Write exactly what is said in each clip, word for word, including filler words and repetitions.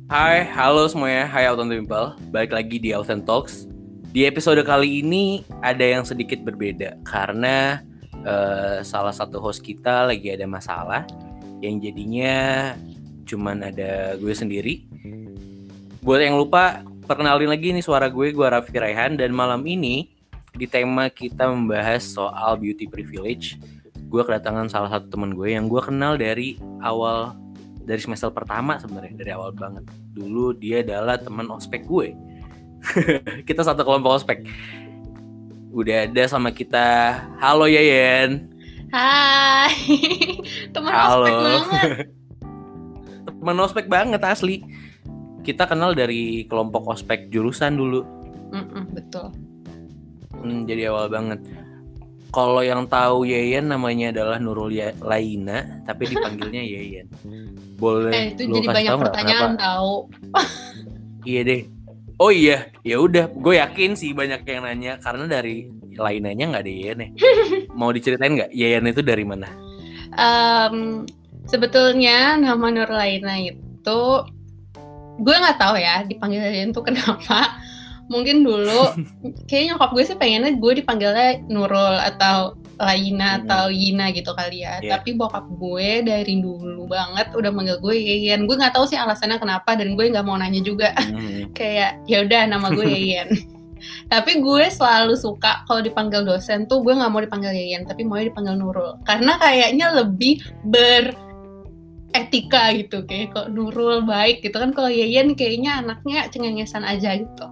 Hai, halo semuanya. Hai Autumn Pimple. Balik lagi di Autumn Talks. Di episode kali ini ada yang sedikit berbeda karena uh, salah satu host kita lagi ada masalah yang jadinya cuman ada gue sendiri. Buat yang lupa, perkenalin lagi nih suara gue, gue Raffi Raihan, dan malam ini di tema kita membahas soal beauty privilege. Gue kedatangan salah satu teman gue yang gue kenal dari awal dari semester pertama sebenarnya, dari awal banget. Dulu dia adalah teman ospek gue. Kita satu kelompok ospek. Udah ada sama kita. Halo Yayen. Hai. Teman ospek banget. Teman ospek banget asli. Kita kenal dari kelompok ospek jurusan dulu. Mm-mm, betul. Hmm, jadi awal banget. Kalau yang tahu Yeyen namanya adalah Nurul Laina, tapi dipanggilnya Yeyen. Boleh eh, itu lu jadi kasih banyak tahu pertanyaan tahu. Iya deh. Oh iya, ya udah. Gue yakin sih banyak yang nanya karena dari Lainanya nggak ada Yeyen ya. Mau diceritain nggak Yeyen itu dari mana? Um, sebetulnya nama Nurul Laina itu gue nggak tahu ya dipanggil Yeyen tuh kenapa. Mungkin dulu kayaknya nyokap gue sih pengennya gue dipanggilnya Nurul atau Laina hmm. atau Yina gitu kali ya. Yeah. Tapi bokap gue dari dulu banget udah manggil gue Yeyen. Gue nggak tahu sih alasannya kenapa dan gue nggak mau nanya juga. Hmm. Kayak ya udah nama gue Yeyen. Tapi gue selalu suka kalau dipanggil dosen tuh gue nggak mau dipanggil Yeyen tapi mau dipanggil Nurul karena kayaknya lebih ber etika gitu, kayak kok Nurul baik gitu kan. Kalau Yeyen kayaknya anaknya cengengesan aja gitu.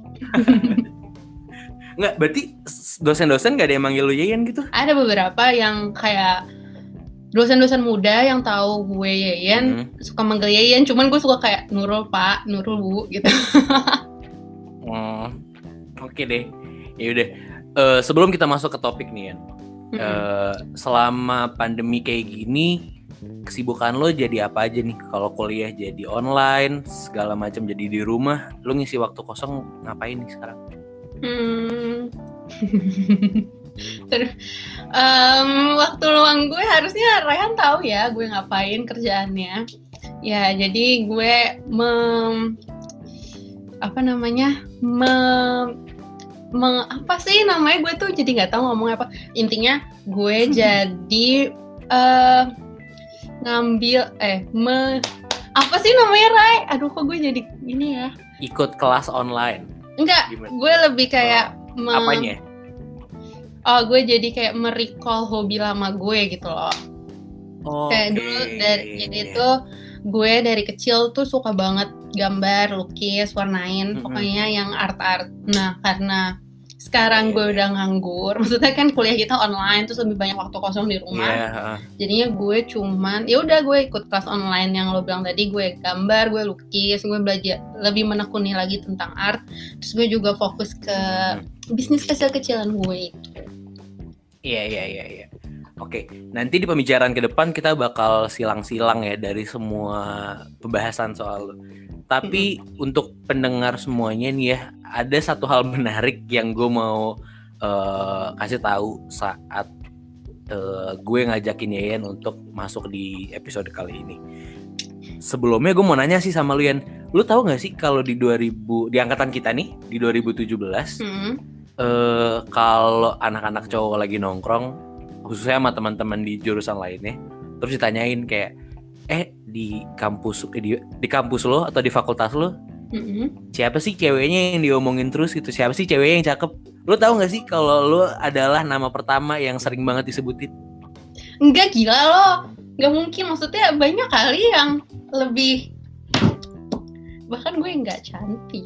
Nggak, berarti dosen-dosen gak ada yang manggil lu Yeyen gitu? Ada beberapa yang kayak dosen-dosen muda yang tahu gue Yeyen hmm. suka manggil Yeyen, cuman gue suka kayak Nurul Pak, Nurul Bu gitu. Oh, oke okay deh. Ya udah. Uh, sebelum kita masuk ke topik nih ya, hmm. uh, selama pandemi kayak gini, kesibukan lo jadi apa aja nih? Kalau kuliah jadi online, segala macam jadi di rumah, lo ngisi waktu kosong ngapain nih sekarang? Hmm. um, waktu luang gue harusnya Raihan tahu ya gue ngapain kerjaannya. Ya jadi gue mem, apa namanya mem, meng, apa sih namanya gue tuh jadi nggak tahu ngomong apa. Intinya gue jadi uh, ngambil eh me apa sih namanya Rai? Aduh kok gue jadi ini ya. Ikut kelas online. Enggak, Gimana? Gue lebih kayak oh, me- apanya? Oh, gue jadi kayak merecall hobi lama gue gitu loh. Oh, kayak okay. Dulu dari jadi yeah. tuh gue dari kecil tuh suka banget gambar, lukis, warnain, mm-hmm. pokoknya yang art-art. Nah, karena sekarang yeah. gue udah nganggur, maksudnya kan kuliah kita online terus lebih banyak waktu kosong di rumah. Yeah. Jadinya gue cuman ya udah gue ikut kelas online yang lo bilang tadi, gue gambar, gue lukis, gue belajar lebih menekuni lagi tentang art. Terus gue juga fokus ke hmm. bisnis kecil-kecilan gue itu. Iya iya iya iya. Oke, nanti di pembicaraan ke depan kita bakal silang-silang ya dari semua pembahasan soal. Tapi hmm. untuk pendengar semuanya nih ya, ada satu hal menarik yang gue mau uh, kasih tahu saat uh, gue ngajakin Yeyen untuk masuk di episode kali ini. Sebelumnya gue mau nanya sih sama lu Yen, lu tahu nggak sih kalau di dua ribu di angkatan kita nih di dua ribu tujuh belas hmm. uh, kalau anak-anak cowok lagi nongkrong, khususnya sama teman-teman di jurusan lainnya, terus ditanyain kayak, eh di kampus di, di kampus lo atau di fakultas lo, mm-hmm. siapa sih ceweknya yang diomongin terus gitu? Siapa sih ceweknya yang cakep? Lo tahu nggak sih kalau lo adalah nama pertama yang sering banget disebutin? Enggak, gila lo, nggak mungkin. Maksudnya banyak kali yang lebih, bahkan gue nggak cantik.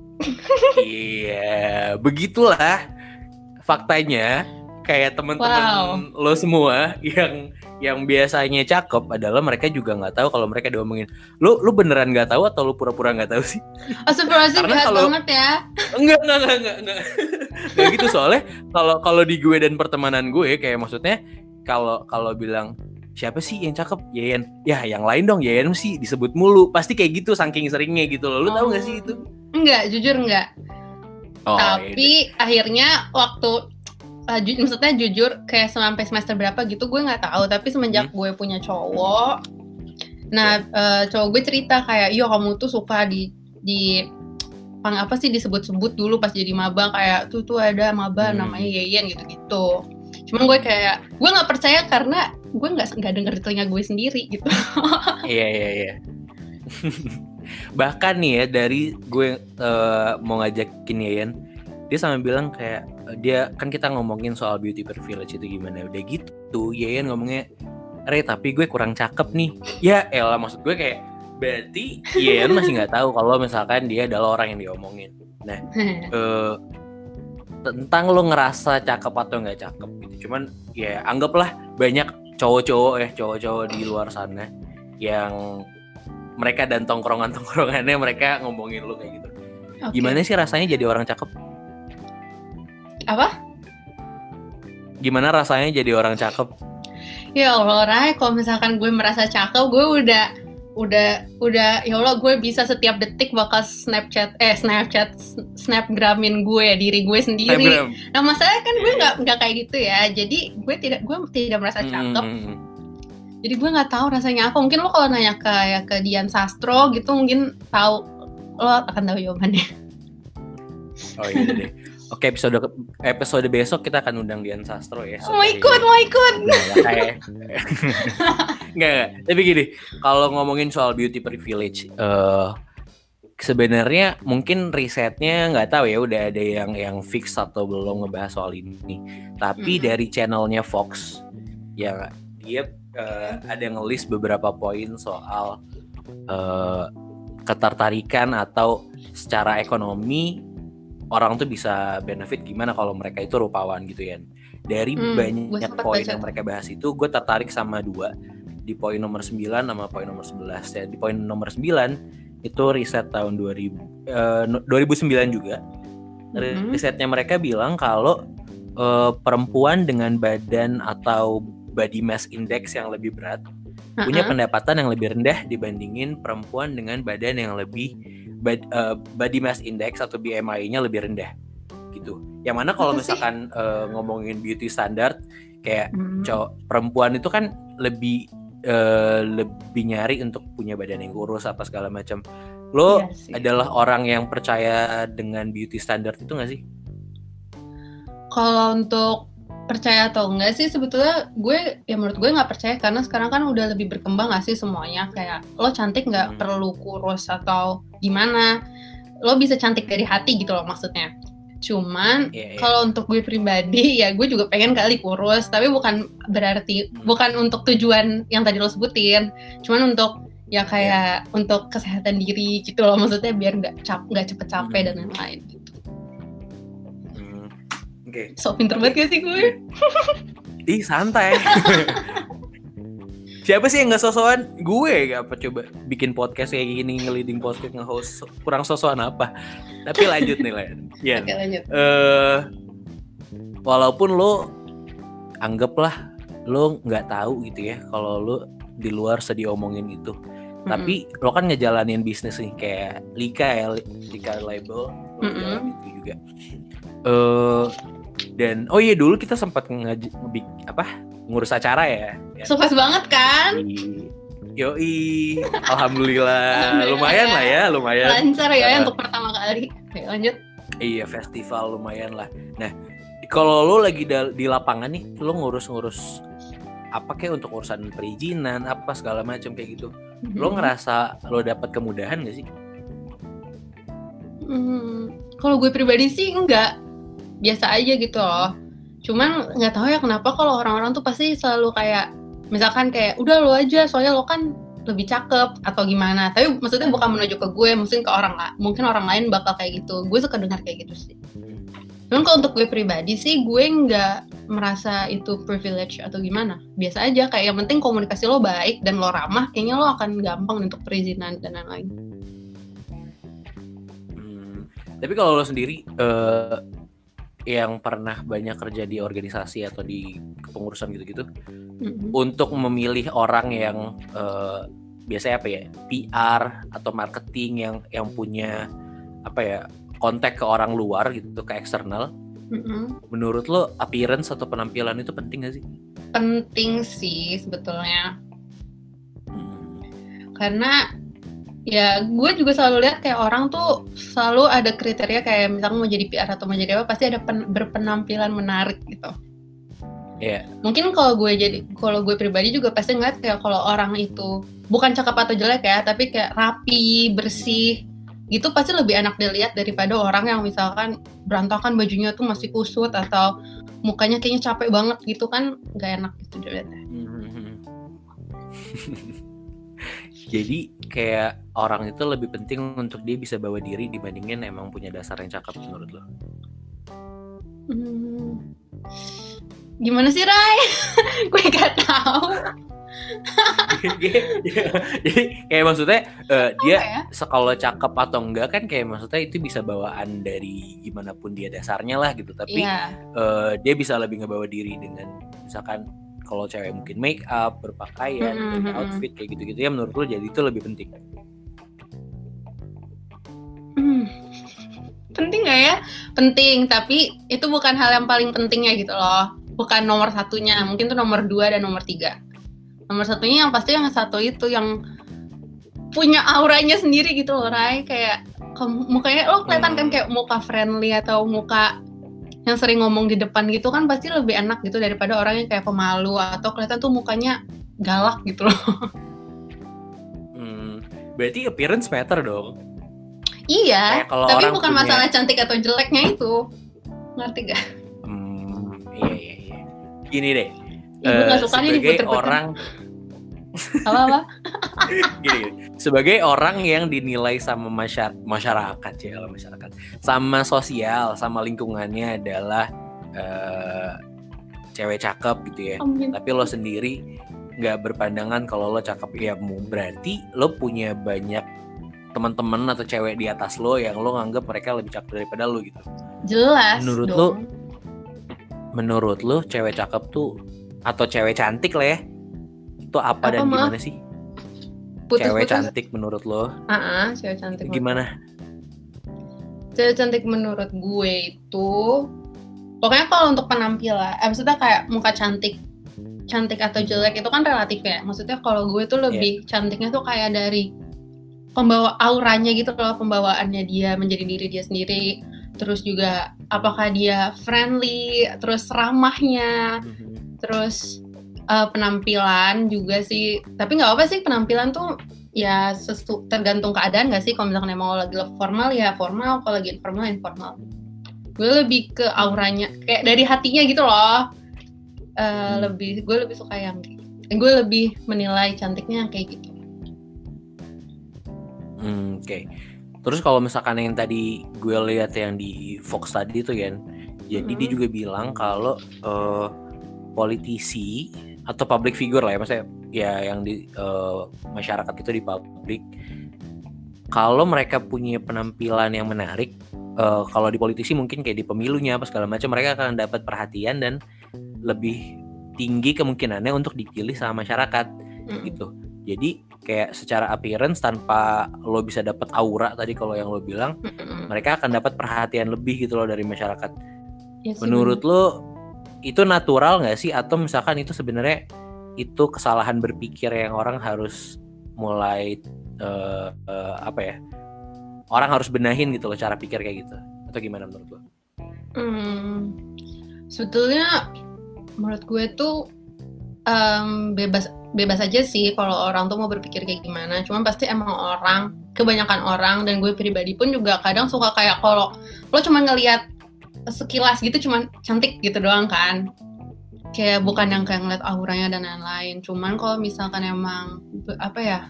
Iya, begitulah faktanya. Kayak teman-teman wow. lo semua yang yang biasanya cakep adalah mereka juga nggak tahu kalau mereka diomongin. Lu lu beneran nggak tahu atau lu pura-pura nggak tahu sih? Astagfirullahaladzim, jahat kalo... banget ya. Enggak enggak enggak enggak enggak. Gak gitu soalnya kalau kalau di gue dan pertemanan gue kayak maksudnya kalau kalau bilang siapa sih yang cakep? Yeyen. Ya yang lain dong, Yeyen sih disebut mulu. Pasti kayak gitu saking seringnya gitu loh. Lu oh. tahu nggak sih itu? Enggak, jujur enggak. Oh, tapi yaudah. Akhirnya waktu Uh, ju- maksudnya jujur kayak sampai semester berapa gitu gue nggak tahu, tapi semenjak hmm. gue punya cowok Nah, uh, cowok gue cerita kayak, yo kamu tuh suka di di pang apa sih disebut-sebut dulu pas jadi maba, kayak tuh tuh ada maba hmm. namanya Yeyen gitu-gitu. Cuman gue kayak gue nggak percaya karena gue nggak nggak denger di telinga gue sendiri gitu. Iya iya iya. Bahkan nih ya dari gue uh, mau ngajakin Yeyen, dia sama bilang kayak dia kan kita ngomongin soal beauty privilege itu gimana, udah gitu Yeyen ngomongnya, Re tapi gue kurang cakep nih. Ya elah, maksud gue kayak berarti Yeyen masih nggak tahu kalau misalkan dia adalah orang yang diomongin. Nah uh, tentang lo ngerasa cakep atau nggak cakep gitu, cuman ya anggaplah banyak cowok-cowok ya cowok-cowok di luar sana yang mereka dan tongkrongan-tongkrongannya mereka ngomongin lo kayak gitu. Okay. Gimana sih rasanya jadi orang cakep? Apa? Gimana rasanya jadi orang cakep? Ya Allah, Ray, kalau misalkan gue merasa cakep, gue udah udah udah ya Allah, gue bisa setiap detik bakal Snapchat eh Snapchat Snapgramin gue diri gue sendiri. Snapgram. Nah masalahnya kan gue nggak nggak kayak gitu ya, jadi gue tidak gue tidak merasa cakep. Hmm. Jadi gue nggak tahu rasanya apa. Mungkin lo kalau nanya ke ya ke Dian Sastro gitu mungkin tahu, lo akan tahu jawabannya. Oh iya deh. Oke, episode episode besok kita akan undang Dian Sastro ya. Mau ikut, mau ikut. Enggak, tapi gini, kalau ngomongin soal beauty privilege, uh, sebenarnya mungkin risetnya nggak tahu ya, udah ada yang yang fix atau belum ngebahas soal ini. Tapi hmm. dari channelnya Fox, ya dia uh, ada ngelis beberapa poin soal uh, ketertarikan atau secara ekonomi orang tuh bisa benefit gimana kalau mereka itu rupawan gitu ya. Dari hmm, banyak poin yang mereka bahas itu, gue tertarik sama dua. Di poin nomor sembilan sama poin nomor sebelas. Ya, di poin nomor sembilan itu riset tahun dua ribu, uh, dua ribu sembilan juga. Hmm. Risetnya mereka bilang kalau uh, perempuan dengan badan atau body mass index yang lebih berat uh-huh. punya pendapatan yang lebih rendah dibandingin perempuan dengan badan yang lebih Bad, uh, body mass index atau B M I-nya lebih rendah gitu. Yang mana kalau misalkan uh, ngomongin beauty standard kayak hmm. cowok perempuan itu kan lebih uh, lebih nyari untuk punya badan yang kurus apa segala macam. Lo iya adalah orang yang percaya dengan beauty standard itu nggak sih? Kalau untuk percaya atau enggak sih sebetulnya gue ya menurut gue nggak percaya, karena sekarang kan udah lebih berkembang nggak sih semuanya, kayak lo cantik nggak hmm. perlu kurus atau gimana, lo bisa cantik dari hati gitu loh maksudnya. Cuman yeah, yeah. kalau untuk gue pribadi ya gue juga pengen kali kurus, tapi bukan berarti hmm. bukan untuk tujuan yang tadi lo sebutin, cuman untuk ya kayak yeah. untuk kesehatan diri gitu loh maksudnya, biar nggak cap nggak cepet capek hmm. dan lain-lain gitu. Oke. So pinter banget gak sih gue? Ih santai. Siapa sih yang nggak sosokan? Gue apa coba bikin podcast kayak gini, nge-leading podcast, nge-host, kurang sosokan apa? Tapi lanjut nih Len. Ya. Oke lanjut. Uh, walaupun lo anggaplah lo nggak tahu gitu ya, kalau lo di luar sedih omongin itu, mm-hmm. tapi lo kan ngejalanin bisnis nih kayak Lika ya, Lika Label, lo mm-hmm. jalan itu juga. Uh, dan oh iya dulu kita sempat nge- nge- apa ngurus acara ya, ya. Sukses banget kan? Yoi, alhamdulillah, lumayan lah ya, lumayan. Lancar ya uh, untuk pertama kali. Oke, lanjut. Iya festival lumayan lah. Nah kalau lo lagi da- di lapangan nih, lo ngurus-ngurus apa kayak untuk urusan perizinan apa segala macam kayak gitu, mm-hmm. lo ngerasa lo dapat kemudahan gak sih? Hmm, kalau gue pribadi sih enggak. Biasa aja gitu loh. Cuman nggak tahu ya kenapa kalau orang-orang tuh pasti selalu kayak misalkan kayak udah lo aja soalnya lo kan lebih cakep atau gimana. Tapi maksudnya bukan menuju ke gue, mungkin ke orang lah. Mungkin orang lain bakal kayak gitu. Gue suka dengar kayak gitu sih. Cuman kalau untuk gue pribadi sih gue nggak merasa itu privilege atau gimana. Biasa aja kayak yang penting komunikasi lo baik dan lo ramah, kayaknya lo akan gampang untuk perizinan dan lain-lain. Hmm, tapi kalau lo sendiri uh... yang pernah banyak kerja di organisasi atau di kepengurusan gitu-gitu, mm-hmm. untuk memilih orang yang uh, biasanya apa ya P R atau marketing yang yang punya apa ya kontak ke orang luar gitu, ke eksternal, mm-hmm. menurut lo appearance atau penampilan itu penting gak sih? Penting sih sebetulnya. Hmm. Karena ya gue juga selalu lihat kayak orang tuh selalu ada kriteria kayak misalnya mau jadi P R atau mau jadi apa pasti ada pen- berpenampilan menarik gitu. Iya. Yeah. Mungkin kalau gue jadi kalau gue pribadi juga pasti ngeliat kayak kalau orang itu bukan cakep atau jelek ya, tapi kayak rapi, bersih, gitu pasti lebih enak dilihat daripada orang yang misalkan berantakan bajunya tuh masih kusut atau mukanya kayaknya capek banget gitu kan, nggak enak gitu dilihatnya. Mm-hmm. Jadi kayak orang itu lebih penting untuk dia bisa bawa diri dibandingin emang punya dasar yang cakep menurut lo? Hmm. Gimana sih Rai? Gue gak tahu. Jadi kayak maksudnya uh, dia ya? Sekolah cakep atau enggak kan kayak maksudnya itu bisa bawaan dari gimana pun dia dasarnya lah gitu. Tapi yeah. uh, dia bisa lebih ngebawa diri dengan misalkan kalau cewek mungkin make up, berpakaian, mm-hmm. outfit kayak gitu-gitu ya menurut lo jadi itu lebih penting. Hmm. Penting gak ya? Penting, tapi itu bukan hal yang paling pentingnya gitu loh. Bukan nomor satunya, mungkin tuh nomor dua dan nomor tiga. Nomor satunya yang pasti yang satu itu yang punya auranya sendiri gitu loh, Rai. Kayak mukanya lo kelihatan kan kayak muka friendly atau muka yang sering ngomong di depan gitu kan pasti lebih enak gitu daripada orang yang kayak pemalu atau kelihatan tuh mukanya galak gitu loh. Hmm, berarti appearance matter dong. Iya, tapi bukan punya... masalah cantik atau jeleknya itu. Ngerti gak? Hmm, iya iya iya. Gini deh. Ibu nggak uh, suka nih sebagai orang apa-apa. Gini, sebagai orang yang dinilai sama masyarakat, masyarakat ya, masyarakat, sama sosial, sama lingkungannya adalah uh, cewek cakep gitu ya. Amin. Tapi lo sendiri nggak berpandangan kalau lo cakep ya, berarti lo punya banyak teman-teman atau cewek di atas lo yang lo nganggap mereka lebih cakep daripada lo gitu. Jelas. Menurut dong. lo, menurut lo cewek cakep tuh atau cewek cantik lah ya, itu apa, apa dan gimana sih? Putus, cewek putus. Cantik menurut lo? Uh-uh, cewek cantik. Gimana? Cewek cantik menurut gue itu, pokoknya kalau untuk penampilan, eh, maksudnya kayak muka cantik, cantik atau jelek itu kan relatif ya. Maksudnya kalau gue tuh lebih yeah. cantiknya tuh kayak dari pembawa auranya gitu loh, pembawaannya dia menjadi diri dia sendiri. Terus juga apakah dia friendly, terus ramahnya, mm-hmm. terus uh, penampilan juga sih. Tapi nggak apa sih penampilan tuh ya sesu, tergantung keadaan nggak sih. Kalau misalkan emang lagi formal ya formal, kalau lagi informal informal. Gue lebih ke auranya, kayak dari hatinya gitu loh. Uh, hmm. Lebih gue lebih suka yang, gue lebih menilai cantiknya yang kayak gitu. Hmm, Oke. Okay. Terus kalau misalkan yang tadi gue lihat yang di Fox tadi tuh kan, jadi mm-hmm. dia juga bilang kalau uh, politisi atau public figure lah ya, maksudnya ya yang di uh, masyarakat itu di publik, kalau mereka punya penampilan yang menarik, uh, kalau di politisi mungkin kayak di pemilunya apa segala macam, mereka akan dapat perhatian dan lebih tinggi kemungkinannya untuk dipilih sama masyarakat mm-hmm. gitu. Jadi kayak secara appearance tanpa lo bisa dapat aura tadi kalau yang lo bilang, mm-mm. mereka akan dapat perhatian lebih gitu loh dari masyarakat. Yes, menurut bener. Lo itu natural nggak sih, atau misalkan itu sebenarnya itu kesalahan berpikir yang orang harus mulai uh, uh, apa ya? Orang harus benahin gitu loh cara pikir kayak gitu. Atau gimana menurut lo? Hmm, sebetulnya menurut gue tuh um, bebas bebas aja sih kalau orang tuh mau berpikir kayak gimana. Cuman pasti emang orang, kebanyakan orang dan gue pribadi pun juga kadang suka kayak kalau lo cuma ngelihat sekilas gitu cuma cantik gitu doang kan. Kayak bukan yang kayak ngeliat auranya dan lain-lain. Cuman kalau misalkan emang apa ya?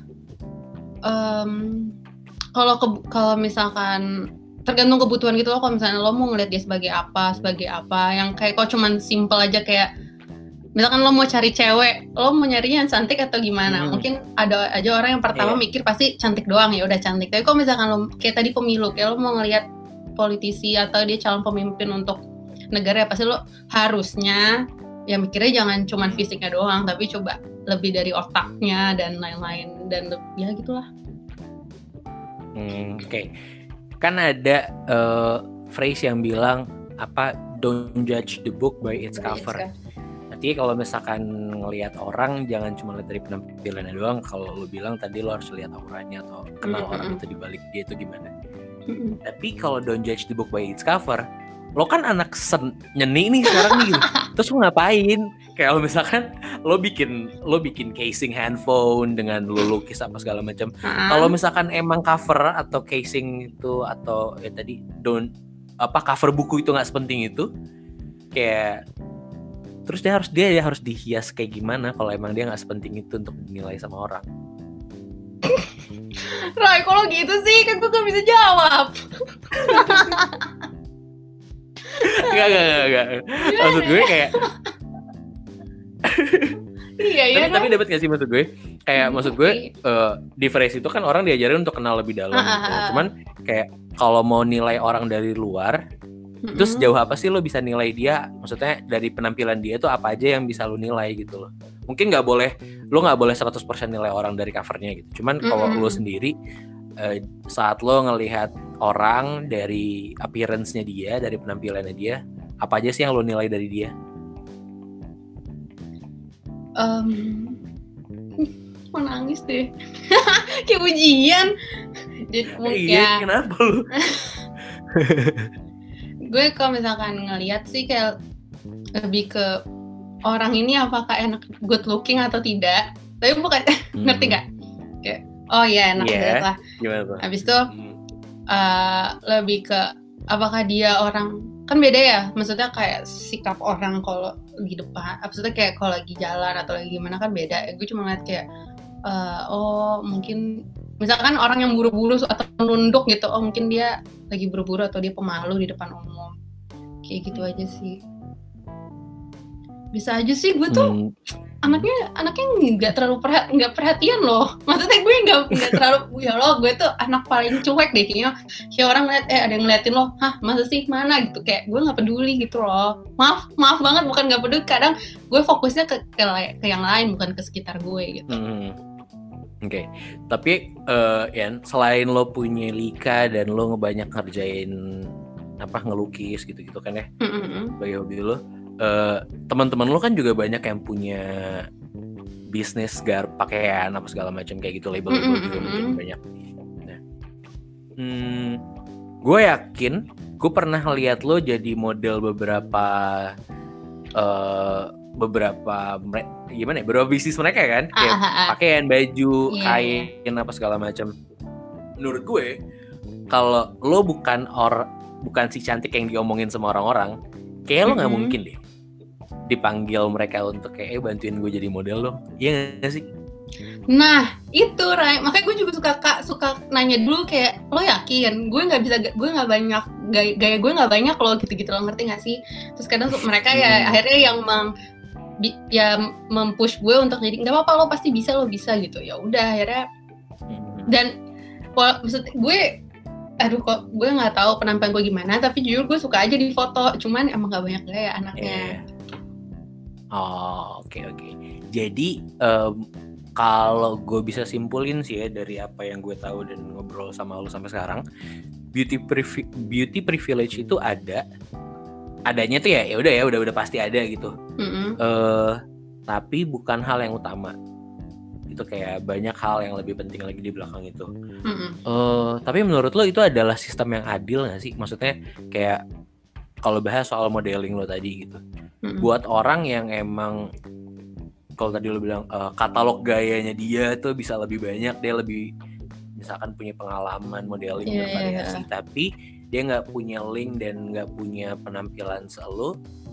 Um, kalau ke, kalau misalkan tergantung kebutuhan gitu loh. Kalau misalnya lo mau ngeliat dia sebagai apa, sebagai apa, yang kayak kok cuman simple aja kayak misalkan lo mau cari cewek, lo mau nyarinya yang cantik atau gimana? Hmm. Mungkin ada aja orang yang pertama yeah. mikir pasti cantik doang, ya udah cantik. Tapi kalau misalkan lo kayak tadi pemilu, kayak lo mau ngelihat politisi atau dia calon pemimpin untuk negara, ya pasti lo harusnya ya mikirnya jangan cuma fisiknya doang, tapi coba lebih dari otaknya dan lain-lain dan ya gitulah. Hmm, Oke, okay. Kan ada uh, phrase yang bilang apa? Don't judge the book by its cover. Artinya kalau misalkan ngelihat orang jangan cuma lihat dari penampilannya doang. Kalau lo bilang tadi lo harus lihat auranya atau kenal mm-hmm. orang itu dibalik dia itu gimana. Mm-hmm. Tapi kalau don't judge the book by its cover, lo kan anak sen- nyeni nih sekarang nih gitu. Terus lo ngapain? Kayak lo misalkan lo bikin lo bikin casing handphone dengan lo lukis apa segala macam. Uh-huh. Kalau misalkan emang cover atau casing itu atau ya tadi don't apa cover buku itu nggak sepenting itu, kayak terus dia harus dia ya harus dihias kayak gimana kalau emang dia nggak sepenting itu untuk dinilai sama orang. Rai, kalau gitu sih kan gue gak bisa jawab. Gak, gak, gak, gak. Maksud gue kayak iya, iya, tapi, tapi dapat gak sih maksud gue? Kayak hmm, maksud gue okay. uh, di phrase itu kan orang diajarin untuk kenal lebih dalam gitu. Cuman kayak kalau mau nilai orang dari luar, mm-hmm. itu sejauh apa sih lo bisa nilai dia? Maksudnya dari penampilan dia tuh apa aja yang bisa lo nilai gitu loh. Mungkin nggak boleh, lo nggak boleh seratus persen nilai orang dari covernya gitu. Cuman kalau mm-hmm. lo sendiri uh, saat lo ngelihat orang dari appearance-nya dia, dari penampilannya dia, apa aja sih yang lo nilai dari dia? Um, mau nangis deh. Kayak ujian. Jadi mungkin iya, ya. Kenapa lo? Gue kalau misalkan ngelihat sih kayak lebih ke orang ini apakah enak good looking atau tidak. Tapi bukan hmm. ngerti nggak? Kayak oh iya enak yeah. banget lah. Gimana tuh? Habis itu hmm. uh, lebih ke apakah dia orang, kan beda ya. Maksudnya kayak sikap orang kalau di depan. Maksudnya kayak kalau lagi jalan atau lagi gimana kan beda. Gue cuma ngeliat kayak uh, oh mungkin misalkan orang yang buru-buru atau nunduk gitu, oh mungkin dia lagi buru-buru atau dia pemalu di depan umum. Kayak gitu aja sih. Bisa aja sih gue tuh hmm. anaknya anaknya nggak terlalu perhatian, nggak perhatian loh. Maksudnya gue nggak nggak terlalu ya loh, gue tuh anak paling cuek deh kayaknya. Kayak orang ngeliat eh ada yang ngeliatin lo, hah masa sih mana gitu, kayak gue nggak peduli gitu loh. Maaf maaf banget, bukan nggak peduli, kadang gue fokusnya ke ke, ke yang lain bukan ke sekitar gue gitu. Hmm. Oke, okay. Tapi uh, Yan, selain lo punya Lika dan lo ngebanyak ngerjain apa ngelukis gitu-gitu kan ya, mm-hmm. bagi hobi lo, uh, teman-teman lo kan juga banyak yang punya bisnis gar pakaian apa segala macam kayak gitu, label-label mm-hmm. juga mungkin banyak. Nah, hmm, gue yakin, gue pernah lihat lo jadi model beberapa. Uh, beberapa gimana ya beberapa bisnis mereka kan kayak ah, ah, ah. pakaian, baju, yeah. kain apa segala macam. Menurut gue kalau lo bukan or bukan si cantik yang diomongin sama orang-orang, kayak mm-hmm. lo nggak mungkin deh dipanggil mereka untuk kayak eh, bantuin gue jadi model lo, iya nggak sih? Nah itu Ray, makanya gue juga suka kak suka nanya dulu kayak lo yakin? Gue nggak bisa, gue nggak banyak gaya, gaya gue nggak banyak lo gitu-gitu, lo ngerti nggak sih? Terus kadang mereka ya akhirnya yang meng ya mempush gue untuk jadi nggak apa-apa lo pasti bisa lo bisa gitu, ya udah akhirnya. Dan maksud gue aduh kok gue nggak tahu penampilan gue gimana, tapi jujur gue suka aja di foto, cuman emang nggak banyak gaya anaknya. Yeah. Oh oke okay, oke okay. Jadi um, kalau gue bisa simpulin sih ya dari apa yang gue tahu dan ngobrol sama lo sampai sekarang, beauty privi- beauty privilege itu ada adanya tuh ya ya udah ya udah udah pasti ada gitu. Mm-hmm. Uh, tapi bukan hal yang utama. Itu kayak banyak hal yang lebih penting lagi di belakang itu. Mm-hmm. Uh, tapi menurut lo itu adalah sistem yang adil nggak sih? Maksudnya kayak kalau bahas soal modeling lo tadi gitu, mm-hmm. buat orang yang emang kalau tadi lo bilang uh, katalog gayanya dia tuh bisa lebih banyak, dia lebih misalkan punya pengalaman modeling yeah, bervariasi, yeah. tapi dia nggak punya link dan nggak punya penampilan selalu,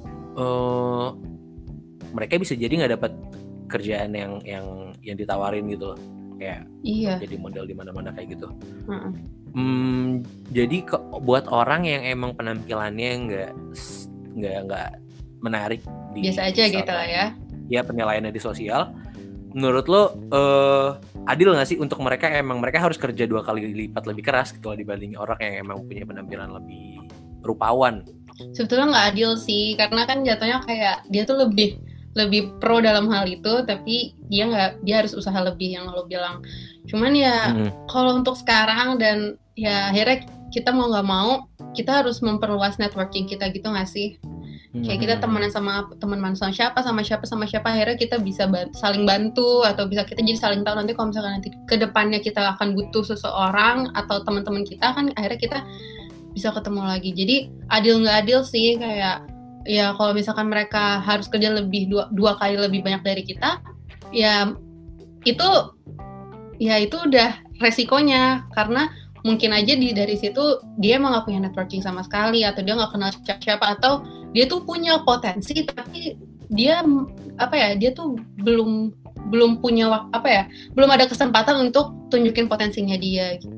uh, mereka bisa jadi nggak dapat kerjaan yang yang yang ditawarin gitu loh, kayak iya. jadi model di mana-mana kayak gitu. Uh-uh. Hmm, jadi ke, buat orang yang emang penampilannya nggak nggak nggak menarik di biasa aja gitu lah ya. Ya penilaiannya di sosial, menurut lo uh, adil nggak sih untuk mereka emang mereka harus kerja dua kali lipat lebih keras gitu lah dibanding orang yang emang punya penampilan lebih rupawan? Sebetulnya nggak adil sih, karena kan jatuhnya kayak dia tuh lebih lebih pro dalam hal itu, tapi dia nggak, dia harus usaha lebih yang lo bilang. Cuman ya hmm. kalau untuk sekarang dan ya akhirnya kita mau nggak mau kita harus memperluas networking kita gitu nggak sih? Kayak kita temenan sama teman sama siapa, sama siapa, sama siapa, akhirnya kita bisa bantu, saling bantu, atau bisa kita jadi saling tahu nanti kalau misalkan nanti ke depannya kita akan butuh seseorang atau teman-teman kita kan akhirnya kita bisa ketemu lagi. Jadi adil nggak adil sih, kayak ya kalau misalkan mereka harus kerja lebih dua, dua kali lebih banyak dari kita, ya itu ya itu udah resikonya, karena mungkin aja di dari situ dia emang nggak punya networking sama sekali, atau dia nggak kenal siapa-siapa, atau dia tuh punya potensi tapi dia apa ya dia tuh belum belum punya apa ya belum ada kesempatan untuk tunjukin potensinya dia gitu.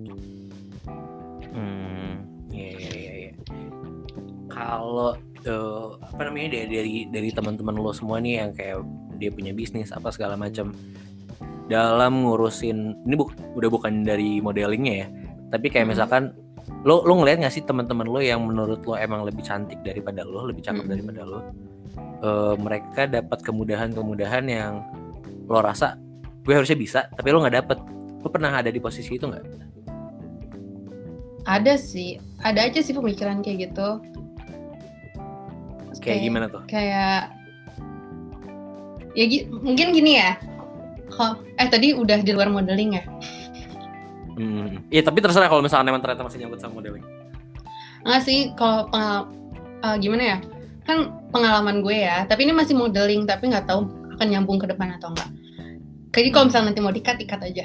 Hmm, ya ya ya. ya. Kalau uh, apa namanya dari dari, dari teman-teman lo semua nih yang kayak dia punya bisnis apa segala macam, dalam ngurusin ini bu, udah bukan dari modelingnya ya, tapi kayak hmm. misalkan lo lo ngeliat nggak sih teman-teman lo yang menurut lo emang lebih cantik daripada lo, lebih cakep hmm. daripada lo, uh, mereka dapat kemudahan-kemudahan yang lo rasa gue harusnya bisa tapi lo nggak dapet. Lo pernah ada di posisi itu nggak? Ada sih, ada aja sih pemikiran kayak gitu. Kayak, kayak gimana tuh? Kayak ya gi- mungkin gini ya. Oh, eh tadi udah di luar modeling ya? Hmm, iya tapi terserah kalau misalnya emang ternyata masih nyangkut sama modeling. Nggak sih, kalau pengal- uh, gimana ya? Kan pengalaman gue ya, tapi ini masih modeling, tapi nggak tahu akan nyambung ke depan atau enggak. Jadi kalau misalnya nanti mau dikat, ikat aja.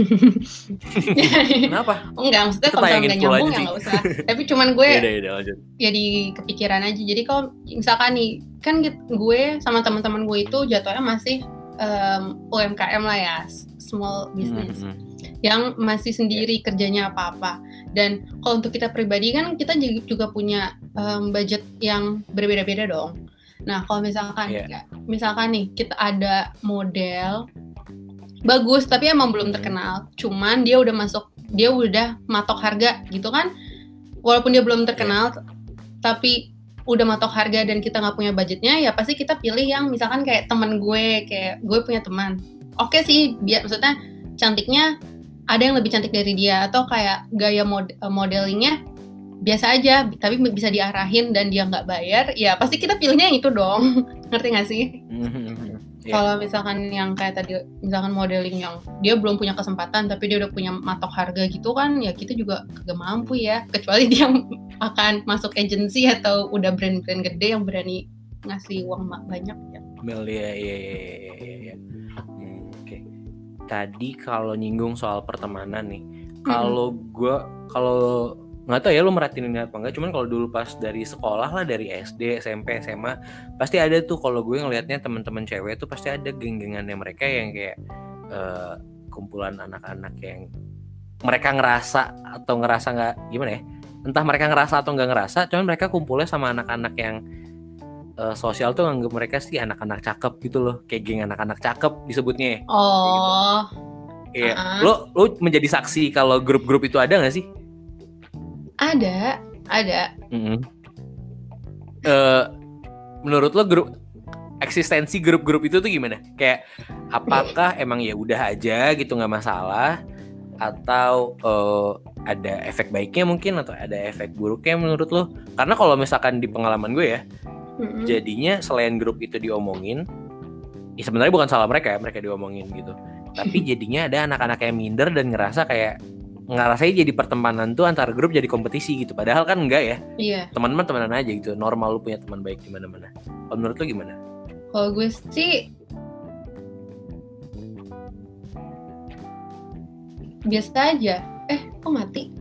Kenapa? Enggak, maksudnya kalau misalnya nggak nyambung ya nggak usah. Tapi cuman gue yaudah, yaudah, lanjut. Ya di kepikiran aja. Jadi kalau misalkan nih, kan gue sama teman-teman gue itu jatuhnya masih um, U M K M lah ya, small business. Mm-hmm. Yang masih sendiri yeah. kerjanya apa-apa. Dan kalau untuk kita pribadi kan kita juga punya um, budget yang berbeda-beda dong. Nah kalau misalkan yeah. ya, misalkan nih kita ada model bagus tapi emang belum terkenal, cuman dia udah masuk, dia udah matok harga gitu kan, walaupun dia belum terkenal yeah. tapi udah matok harga dan kita nggak punya budgetnya, ya pasti kita pilih yang misalkan kayak teman gue, kayak gue punya teman, oke okay sih, biar maksudnya cantiknya ada yang lebih cantik dari dia, atau kayak gaya mod- modelingnya biasa aja, tapi bisa diarahin dan dia nggak bayar, ya pasti kita pilihnya yang itu dong. Ngerti nggak sih? Mm-hmm. Yeah. Kalau misalkan yang kayak tadi, misalkan modeling yang dia belum punya kesempatan, tapi dia udah punya matok harga gitu kan, ya kita juga kagak mampu ya, kecuali dia akan masuk agency atau udah brand-brand gede yang berani ngasih uang banyak ya. Mel ya, ya, ya, ya, ya, ya. Hmm, oke. Okay. Tadi kalau nyinggung soal pertemanan nih, kalau hmm. gue kalau nggak tahu ya lo merhatiin ini apa enggak, cuman kalau dulu pas dari sekolah lah, dari S D, S M P, S M A, pasti ada tuh kalau gue ngelihatnya teman-teman cewek tuh pasti ada geng-gengannya mereka yang kayak uh, kumpulan anak-anak yang mereka ngerasa atau ngerasa nggak gimana ya, entah mereka ngerasa atau nggak ngerasa, cuman mereka kumpulnya sama anak-anak yang uh, sosial tuh nganggep mereka sih anak-anak cakep gitu loh, kayak geng anak-anak cakep disebutnya. Oh. Iya. Uh-huh. Lo lo menjadi saksi kalau grup-grup itu ada nggak sih? Ada, ada. Mm-hmm. Uh, menurut lo grup eksistensi grup-grup itu tuh gimana? Kayak apakah emang ya udah aja gitu nggak masalah, atau uh, ada efek baiknya mungkin atau ada efek buruknya menurut lo? Karena kalau misalkan di pengalaman gue ya, mm-hmm. jadinya selain grup itu diomongin, ya sebenarnya bukan salah mereka ya, mereka diomongin gitu. Tapi jadinya ada anak-anak yang minder dan ngerasa kayak ngerasanya jadi pertemanan tuh antar grup jadi kompetisi gitu, padahal kan enggak ya. Iya. Teman-teman temenan aja gitu, normal lu punya teman baik di mana-mana. Kalau menurut lu gimana? Kalau gue sih biasa aja. Eh, kok mati?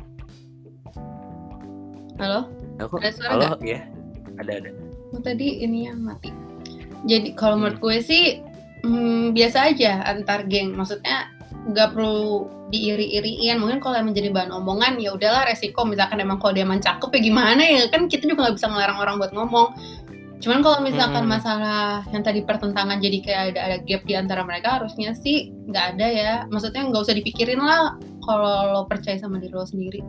Halo? Aku, ada suara halo, nggak? Ya, ada ada. Oh, tadi ini yang mati. Jadi kalau hmm. menurut gue sih hmm, biasa aja antar geng, maksudnya nggak perlu diiri-iriin. Mungkin kalau emang jadi bahan omongan ya udahlah, resiko misalkan emang kalau dia emang cakep ya gimana ya, kan kita juga nggak bisa ngelarang orang buat ngomong. Cuman kalau misalkan hmm. masalah yang tadi pertentangan jadi kayak ada ada gap di antara mereka, harusnya sih nggak ada ya, maksudnya nggak usah dipikirin lah kalau lo percaya sama diri lo sendiri.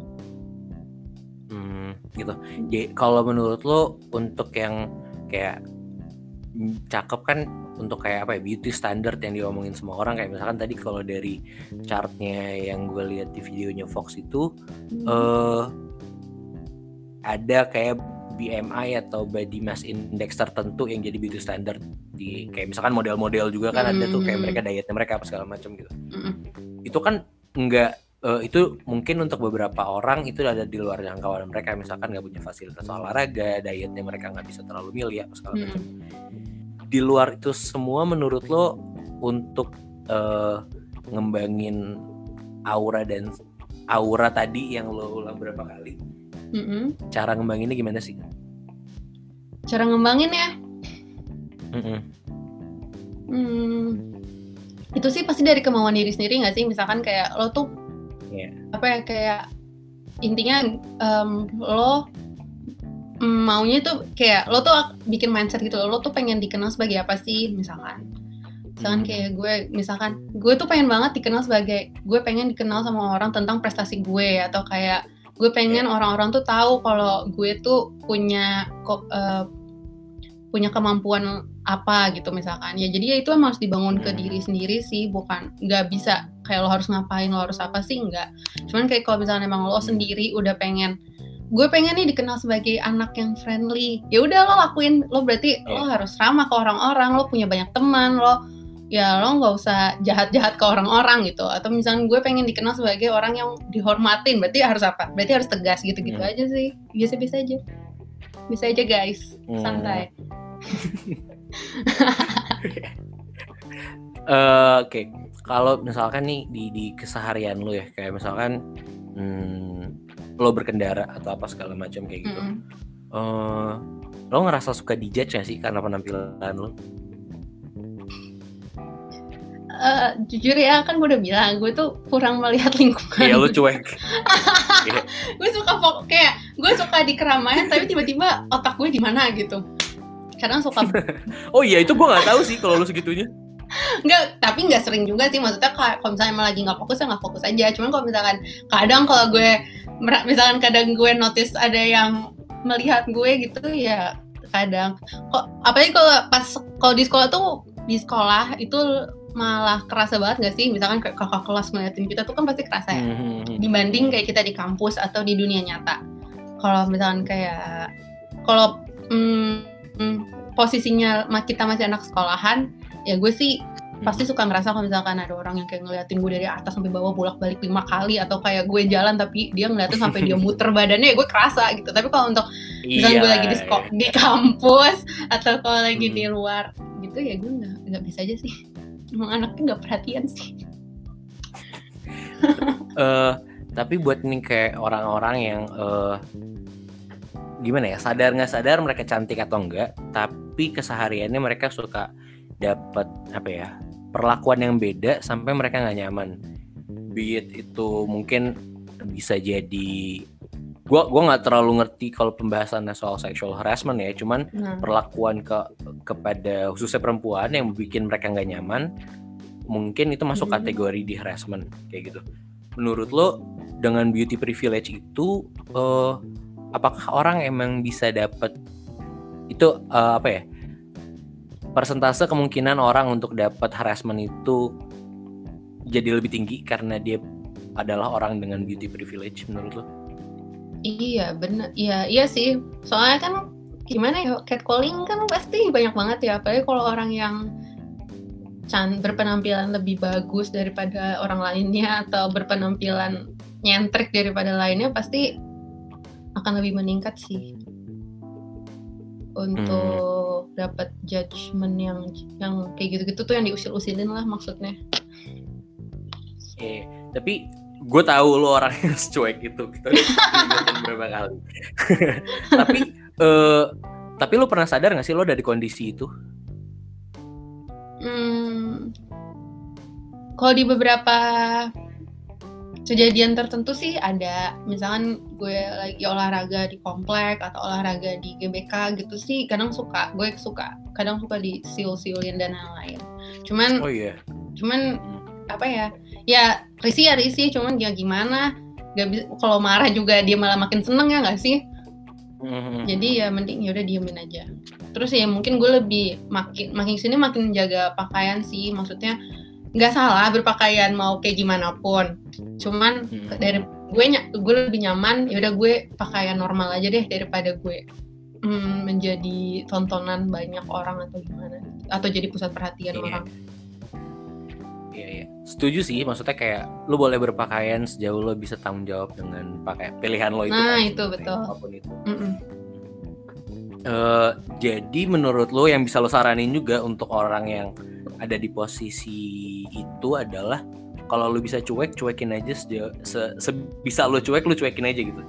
Hmm, gitu. Jadi kalau menurut lo untuk yang kayak cakep kan, untuk kayak apa ya, beauty standard yang diomongin semua orang, kayak misalkan tadi kalau dari chartnya yang gue lihat di videonya Fox itu hmm. uh, ada kayak B M I atau body mass index tertentu yang jadi beauty standard di kayak misalkan model-model juga kan mm. ada tuh kayak mereka dietnya mereka apa segala macam gitu. Mm. Itu kan enggak uh, itu mungkin untuk beberapa orang itu ada di luar jangkauan mereka, misalkan nggak punya fasilitas olahraga, dietnya mereka nggak bisa terlalu milih apa segala mm. macam. Di luar itu semua menurut lo untuk uh, ngembangin aura dan aura tadi yang lo ulang berapa kali? Mm-hmm. Cara ngembanginnya gimana sih? Cara ngembangin ya? Mm-hmm. Hmm, itu sih pasti dari kemauan diri sendiri nggak sih? Misalkan kayak lo tuh yeah. apa ya kayak intinya um, lo maunya tuh kayak lo tuh bikin mindset gitu. Lo tuh pengen dikenal sebagai apa sih? Misalkan, misalkan kayak gue, misalkan gue tuh pengen banget dikenal sebagai gue pengen dikenal sama orang tentang prestasi gue atau kayak gue pengen yeah. orang-orang tuh tahu kalau gue tuh punya kok uh, punya kemampuan apa gitu misalkan ya, jadi ya itu emang harus dibangun ke diri sendiri sih, bukan nggak bisa kayak lo harus ngapain, lo harus apa sih, nggak. Cuman kayak kalau misalnya emang lo sendiri udah pengen, gue pengen nih dikenal sebagai anak yang friendly, ya udah lo lakuin, lo berarti yeah. lo harus ramah ke orang-orang, lo punya banyak teman, lo ya lo nggak usah jahat-jahat ke orang-orang gitu. Atau misalnya gue pengen dikenal sebagai orang yang dihormatin, berarti harus apa? Berarti harus tegas gitu-gitu hmm. aja sih. Biasa-biasa aja. Bisa aja guys, hmm. santai. uh, Oke, okay. Kalau misalkan nih di di keseharian lo ya, kayak misalkan hmm, lo berkendara atau apa segala macam kayak gitu, hmm. uh, lo ngerasa suka dijudge nggak sih karena penampilan lo? Uh, jujur ya, kan gue udah bilang gue tuh kurang melihat lingkungan. Iya, lu cuek. yeah. Gue suka pok- kayak gue suka di keramaian tapi tiba-tiba otak gue di mana gitu. Kadang suka. Oh iya, itu gue nggak tahu sih kalau lu segitunya. Nggak, tapi nggak sering juga sih. Maksudnya kalau misalnya emang lagi nggak fokus ya nggak fokus aja. Cuman kalau misalkan kadang kalau gue misalkan kadang gue notice ada yang melihat gue gitu ya kadang. Kok apalagi kalau pas kalau di sekolah tuh di sekolah itu malah kerasa banget gak sih, misalkan kayak kakak kelas ngeliatin kita tuh kan pasti kerasa ya, mm-hmm. dibanding kayak kita di kampus atau di dunia nyata. Kalau misalkan kayak kalau mm, mm, posisinya kita masih anak sekolahan, ya gue sih mm-hmm. pasti suka ngerasa kalau misalkan ada orang yang kayak ngeliatin gue dari atas sampai bawah bolak-balik lima kali, atau kayak gue jalan tapi dia ngeliatin sampai dia muter badannya, ya gue kerasa gitu. Tapi kalau untuk misalkan gue lagi di sekolah, di kampus atau kalau lagi mm-hmm. di luar gitu, ya gue nggak nggak bisa aja sih. Emang anaknya gak perhatian sih. uh, Tapi buat nih kayak orang-orang yang uh, gimana ya, sadar gak sadar mereka cantik atau enggak, tapi kesehariannya mereka suka dapat apa ya, perlakuan yang beda sampai mereka gak nyaman. Be it itu mungkin bisa jadi, Gue gue nggak terlalu ngerti kalau pembahasannya soal sexual harassment ya, cuman nah. perlakuan ke kepada khususnya perempuan yang bikin mereka nggak nyaman, mungkin itu masuk hmm. kategori di harassment kayak gitu. Menurut lo dengan beauty privilege itu, uh, apakah orang emang bisa dapat itu uh, apa ya? Persentase kemungkinan orang untuk dapat harassment itu jadi lebih tinggi karena dia adalah orang dengan beauty privilege menurut lo? Iya benar, iya iya sih. Soalnya kan gimana ya, catcalling kan pasti banyak banget ya. Apalagi kalau orang yang can berpenampilan lebih bagus daripada orang lainnya atau berpenampilan nyentrik daripada lainnya, pasti akan lebih meningkat sih untuk hmm. dapat judgement yang yang kayak gitu-gitu tuh, yang diusil-usilin lah maksudnya. Eh, tapi gue tahu lo orang yang cuek itu, kita udah berapa kali. tapi uh, tapi lo pernah sadar nggak sih lo dari kondisi itu? Hmm, kalau di beberapa kejadian tertentu sih ada. Misalkan gue lagi olahraga di komplek atau olahraga di G B K gitu sih, kadang suka gue suka, kadang suka disiul-siulin dan lain-lain. Cuman, oh yeah. cuman apa ya? Ya risih ya risih, cuman ya gimana, gak bisa, kalau marah juga dia malah makin seneng ya nggak sih? Mm-hmm. Jadi ya mending ya udah diemin aja. Terus ya mungkin gue lebih makin makin sini makin jaga pakaian sih, maksudnya nggak salah berpakaian mau kayak gimana pun, cuman mm-hmm. dari gue ny- gue lebih nyaman ya udah gue pakaian normal aja deh daripada gue mm, menjadi tontonan banyak orang atau gimana, atau jadi pusat perhatian Iya. orang. Iya, iya. Setuju sih, maksudnya kayak lu boleh berpakaian sejauh lo bisa tanggung jawab dengan pakaian pilihan lo itu. Nah, kan, itu sebenarnya, betul. apapun itu. Mm-mm. Uh, jadi menurut lo yang bisa lo saranin juga untuk orang yang ada di posisi itu adalah kalau lo bisa cuek, cuekin aja sejauh, se, sebisa lo cuek, lo cuekin aja gitu.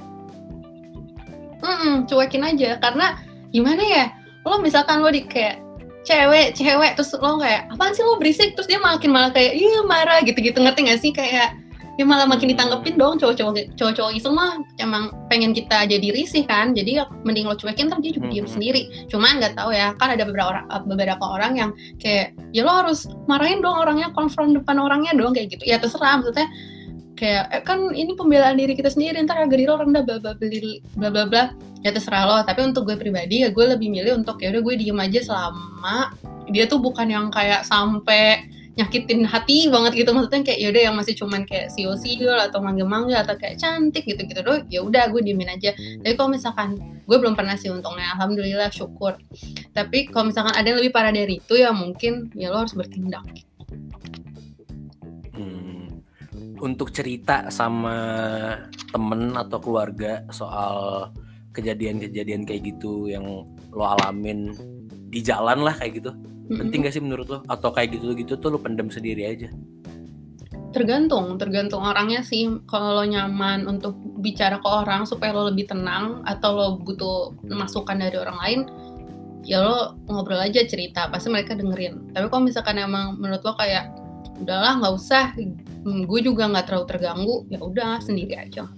Mm-mm, cuekin aja, karena gimana ya, lo misalkan lo di kayak cewek cewek terus lo kayak apaan sih lo berisik, terus dia makin malah kayak iya marah gitu-gitu, ngerti nggak sih, kayak ya malah makin ditanggepin dong. Cowok-cowok cowok-cowok iseng mah emang pengen kita jadi risih kan, jadi ya mending lo cuekin, ntar dia juga diem sendiri. Cuma nggak tahu ya, kan ada beberapa orang beberapa orang yang kayak ya lo harus marahin dong orangnya, konfront depan orangnya dong kayak gitu. Ya terserah, maksudnya kayak eh, kan ini pembelaan diri kita sendiri, ntar harga diri lo rendah bla bla bla bla bla. Ya terserah lo. Tapi untuk gue pribadi ya gue lebih milih untuk ya udah gue diem aja selama dia tuh bukan yang kayak sampai nyakitin hati banget gitu, maksudnya kayak yaudah yang masih cuman kayak siul-siul atau mangga-mangga atau kayak cantik gitu-gitu doh, ya udah gue diemin aja. Tapi kalau misalkan gue belum pernah sih untungnya, alhamdulillah, syukur. Tapi kalau misalkan ada yang lebih parah dari itu ya mungkin ya lo harus bertindak. Hmm. Untuk cerita sama temen atau keluarga soal kejadian-kejadian kayak gitu yang lo alamin di jalan lah kayak gitu, penting gak sih menurut lo? Atau kayak gitu-gitu tuh lo pendem sendiri aja? Tergantung, tergantung orangnya sih. Kalau lo nyaman untuk bicara ke orang supaya lo lebih tenang, atau lo butuh masukan dari orang lain, ya lo ngobrol aja, cerita, pasti mereka dengerin. Tapi kalau misalkan emang menurut lo kayak udahlah nggak usah, gue juga nggak terlalu terganggu, ya udah sendiri aja.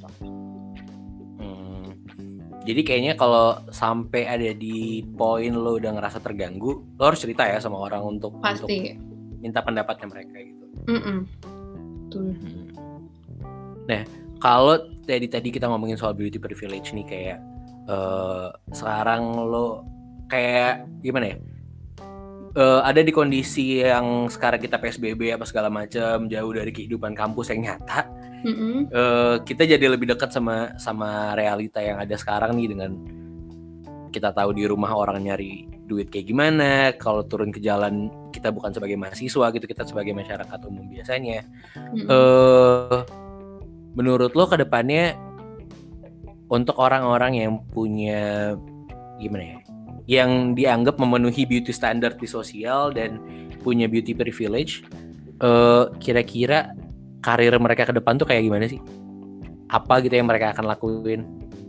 Jadi kayaknya kalau sampai ada di poin lo udah ngerasa terganggu, lo harus cerita ya sama orang untuk, pasti. untuk minta pendapatnya mereka gitu. Mm-mm. Betul. Hmm. Nah, kalau tadi tadi kita ngomongin soal beauty privilege nih, kayak uh, sekarang lo kayak gimana ya? Uh, ada di kondisi yang sekarang kita P S B B apa segala macam, jauh dari kehidupan kampus yang nyata. Mm-hmm. Uh, kita jadi lebih dekat sama sama realita yang ada sekarang nih, dengan kita tahu di rumah orang nyari duit kayak gimana, kalau turun ke jalan kita bukan sebagai mahasiswa gitu, kita sebagai masyarakat umum biasanya. Mm-hmm. Uh, menurut lo ke depannya untuk orang-orang yang punya gimana ya, yang dianggap memenuhi beauty standard di sosial dan punya beauty privilege, uh, kira-kira karir mereka ke depan tuh kayak gimana sih? Apa gitu yang mereka akan lakuin?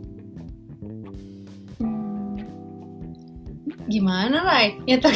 Hmm. Gimana, Rai? Ya ter...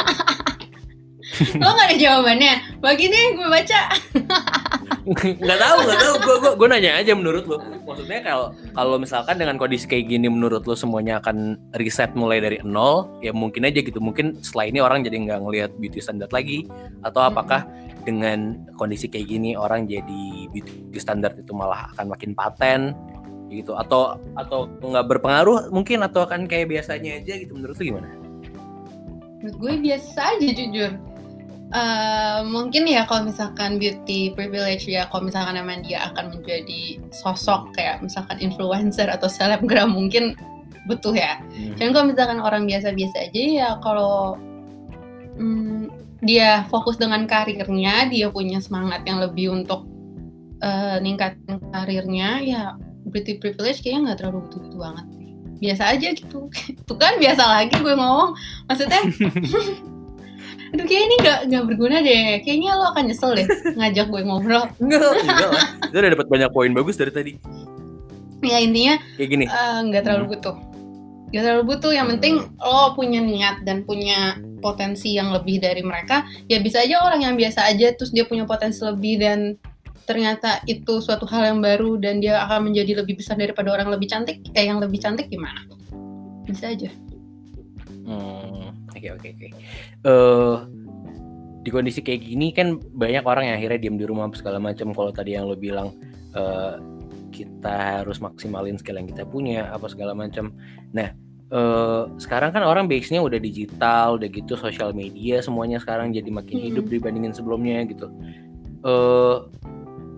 Lo gak ada jawabannya? Bagi deh gue baca. Nggak tahu, nggak tahu. Gue gue gue nanya aja menurut lo. Maksudnya kalau kalau misalkan dengan kondisi kayak gini, menurut lo semuanya akan riset mulai dari nol, ya mungkin aja gitu. Mungkin setelah ini orang jadi nggak ngelihat beauty standard lagi, atau apakah dengan kondisi kayak gini orang jadi beauty standard itu malah akan makin paten gitu, atau atau nggak berpengaruh mungkin, atau akan kayak biasanya aja gitu? Menurut lu gimana? Menurut gue biasa aja jujur. Uh, mungkin ya kalau misalkan beauty privilege ya, kalau misalkan emang dia akan menjadi sosok kayak misalkan influencer atau selebgram mungkin butuh ya. Hmm. Cuman kalau misalkan orang biasa-biasa aja ya, kalau hmm, dia fokus dengan karirnya, dia punya semangat yang lebih untuk uh, ningkatin karirnya, ya beauty privilege kayaknya nggak terlalu butuh-butuh banget. Biasa aja gitu. Tuh kan biasa lagi gue ngomong, maksudnya aduh kayaknya ini gak, gak berguna deh, kayaknya lo akan nyesel deh ngajak gue ngobrol. Enggak, enggak lah, kita udah dapat banyak poin bagus dari tadi. Ya intinya kayak gini, uh, gak terlalu hmm. butuh Gak terlalu butuh, yang penting lo punya niat dan punya potensi yang lebih dari mereka. Ya bisa aja orang yang biasa aja terus dia punya potensi lebih, dan ternyata itu suatu hal yang baru dan dia akan menjadi lebih besar daripada orang lebih cantik. Eh yang lebih cantik gimana? Bisa aja. Hmm, oke oke oke. Uh, di kondisi kayak gini kan banyak orang yang akhirnya diam di rumah segala macam. Kalau tadi yang lo bilang uh, kita harus maksimalin skill yang kita punya apa segala macam. Nah, uh, sekarang kan orang base-nya udah digital, udah gitu sosial media semuanya sekarang jadi makin hmm. hidup dibandingin sebelumnya gitu. Uh,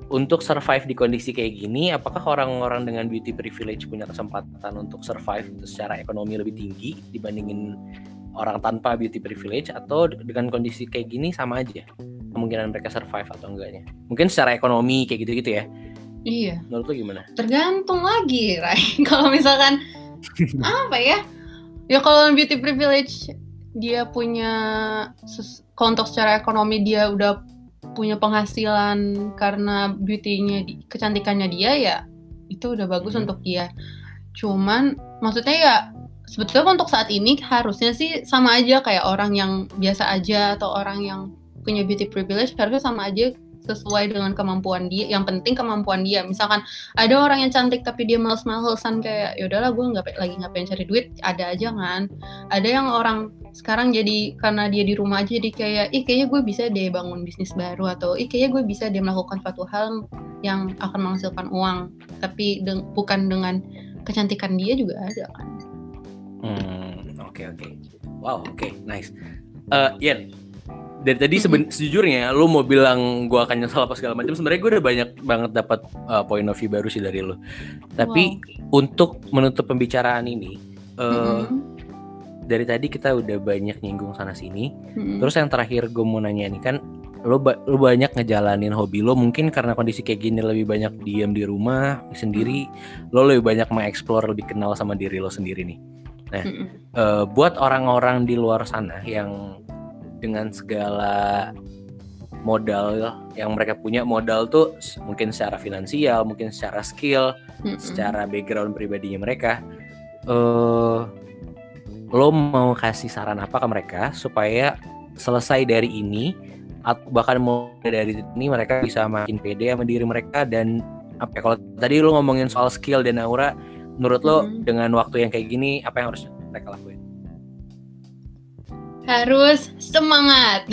untuk survive di kondisi kayak gini, apakah orang-orang dengan beauty privilege punya kesempatan untuk survive secara ekonomi lebih tinggi dibandingin orang tanpa beauty privilege, atau dengan kondisi kayak gini sama aja kemungkinan mereka survive atau enggaknya? Mungkin secara ekonomi kayak gitu-gitu ya. Iya. Menurut lo gimana? Tergantung lagi, Ray. Kalau misalkan apa ya? Ya kalau beauty privilege dia punya kalau untuk secara ekonomi dia udah punya penghasilan karena beauty-nya, kecantikannya dia, ya itu udah bagus hmm. untuk dia. Cuman maksudnya ya sebetulnya untuk saat ini harusnya sih sama aja kayak orang yang biasa aja atau orang yang punya beauty privilege, harusnya sama aja sesuai dengan kemampuan dia. Yang penting kemampuan dia. Misalkan ada orang yang cantik tapi dia males-malesan kayak yaudahlah gue nggak lagi nggak pengen cari duit, ada aja kan. Ada yang orang sekarang jadi karena dia di rumah aja jadi kayak ih kayaknya gue bisa deh bangun bisnis baru, atau ih kayaknya gue bisa deh melakukan suatu hal yang akan menghasilkan uang, tapi de- bukan dengan kecantikan dia juga ada kan. Hmm, oke okay, oke. Okay. Wow, oke, okay, nice. Uh, Yen, dari tadi seben- sejujurnya lu mau bilang gue akan nyesal apa segala macam, sebenarnya gue udah banyak banget dapat uh, point of view baru sih dari lu. Tapi wow. Untuk menutup pembicaraan ini, uh, mm-hmm. dari tadi kita udah banyak nyinggung sana sini. Mm-hmm. Terus yang terakhir gue mau nanya nih kan, lu ba- lu banyak ngejalanin hobi lo, mungkin karena kondisi kayak gini lebih banyak diam di rumah sendiri, mm-hmm. lo lebih banyak mengeksplor, lebih kenal sama diri lo sendiri nih. Nah, mm-hmm. uh, buat orang-orang di luar sana yang dengan segala modal yang mereka punya, modal tuh mungkin secara finansial, mungkin secara skill, mm-hmm. secara background pribadinya mereka, uh, lo mau kasih saran apa ke mereka supaya selesai dari ini, atau bahkan mau dari ini mereka bisa makin pede sama diri mereka? Dan apa ya, kalau tadi lo ngomongin soal skill dan aura, menurut lo mm-hmm. dengan waktu yang kayak gini apa yang harus mereka lakuin? Harus semangat.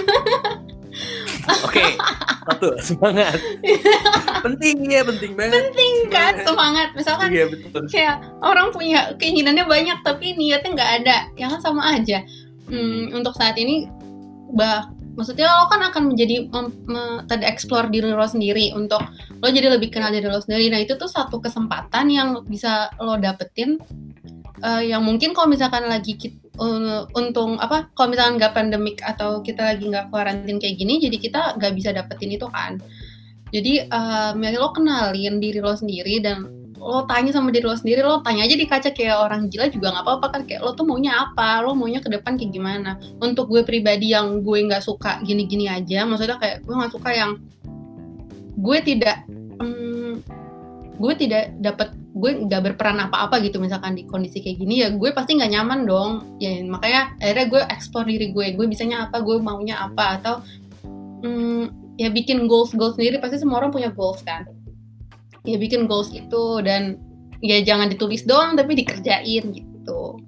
Oke, okay. Satu, semangat. Penting ya, penting banget. Penting kan semangat. Misalkan iya, betul. Kayak orang punya keinginannya banyak tapi niatnya nggak ada, ya kan sama aja. Hmm, untuk saat ini, bah, maksudnya lo kan akan menjadi explore diri lo sendiri, untuk lo jadi lebih kenal diri lo sendiri. Nah itu tuh satu kesempatan yang bisa lo dapetin, uh, yang mungkin kalau misalkan lagi kita Uh, untung apa kalau misalkan nggak pandemik atau kita lagi nggak karantin kayak gini, jadi kita nggak bisa dapetin itu kan. Jadi um, ya lo kenalin diri lo sendiri dan lo tanya sama diri lo sendiri, lo tanya aja di kaca kayak orang gila juga nggak apa-apa kan, kayak lo tuh maunya apa, lo maunya ke depan kayak gimana. Untuk gue pribadi yang gue nggak suka gini-gini aja, maksudnya kayak gue nggak suka yang gue tidak um, gue tidak dapat, gue nggak berperan apa-apa gitu misalkan di kondisi kayak gini, ya gue pasti nggak nyaman dong ya. Makanya akhirnya gue explore diri gue, gue bisanya apa, gue maunya apa, atau hmm, ya bikin goals goals sendiri. Pasti semua orang punya goals kan, ya bikin goals itu dan ya jangan ditulis doang tapi dikerjain gitu.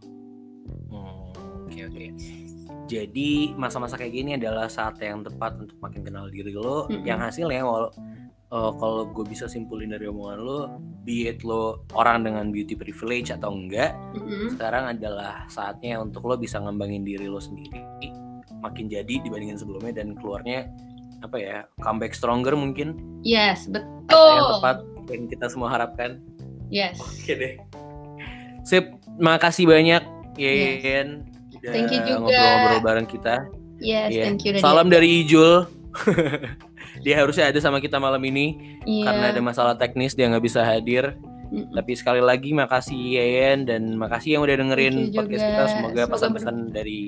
Hmm, oke oke. Jadi masa-masa kayak gini adalah saat yang tepat untuk makin kenal diri lo, mm-hmm. yang hasilnya walau Uh, kalau gue bisa simpulin dari omongan lo, be it lo orang dengan beauty privilege atau enggak, mm-hmm. sekarang adalah saatnya untuk lo bisa ngembangin diri lo sendiri, makin jadi dibandingin sebelumnya, dan keluarnya apa ya, comeback stronger mungkin. Yes, betul. Yang tepat yang kita semua harapkan. Yes. Oke deh. Sip, makasih banyak Yen. Yes. Thank you juga. Ngobrol-ngobrol bareng kita. Yes, yeah. Thank you. Salam dari Ijul. Dia harusnya ada sama kita malam ini, yeah. karena ada masalah teknis dia nggak bisa hadir. Mm-mm. Tapi sekali lagi makasih Yen, dan makasih yang udah dengerin podcast kita. Semoga, semoga pesan-pesan ber- dari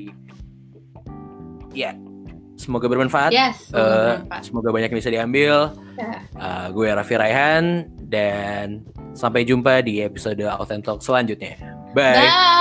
ya semoga bermanfaat. Yes, semoga, uh, bermanfaat. Semoga banyak yang bisa diambil. Yeah. Uh, gue Raffi Raihan, dan sampai jumpa di episode Authent Talk selanjutnya. Bye. Bye.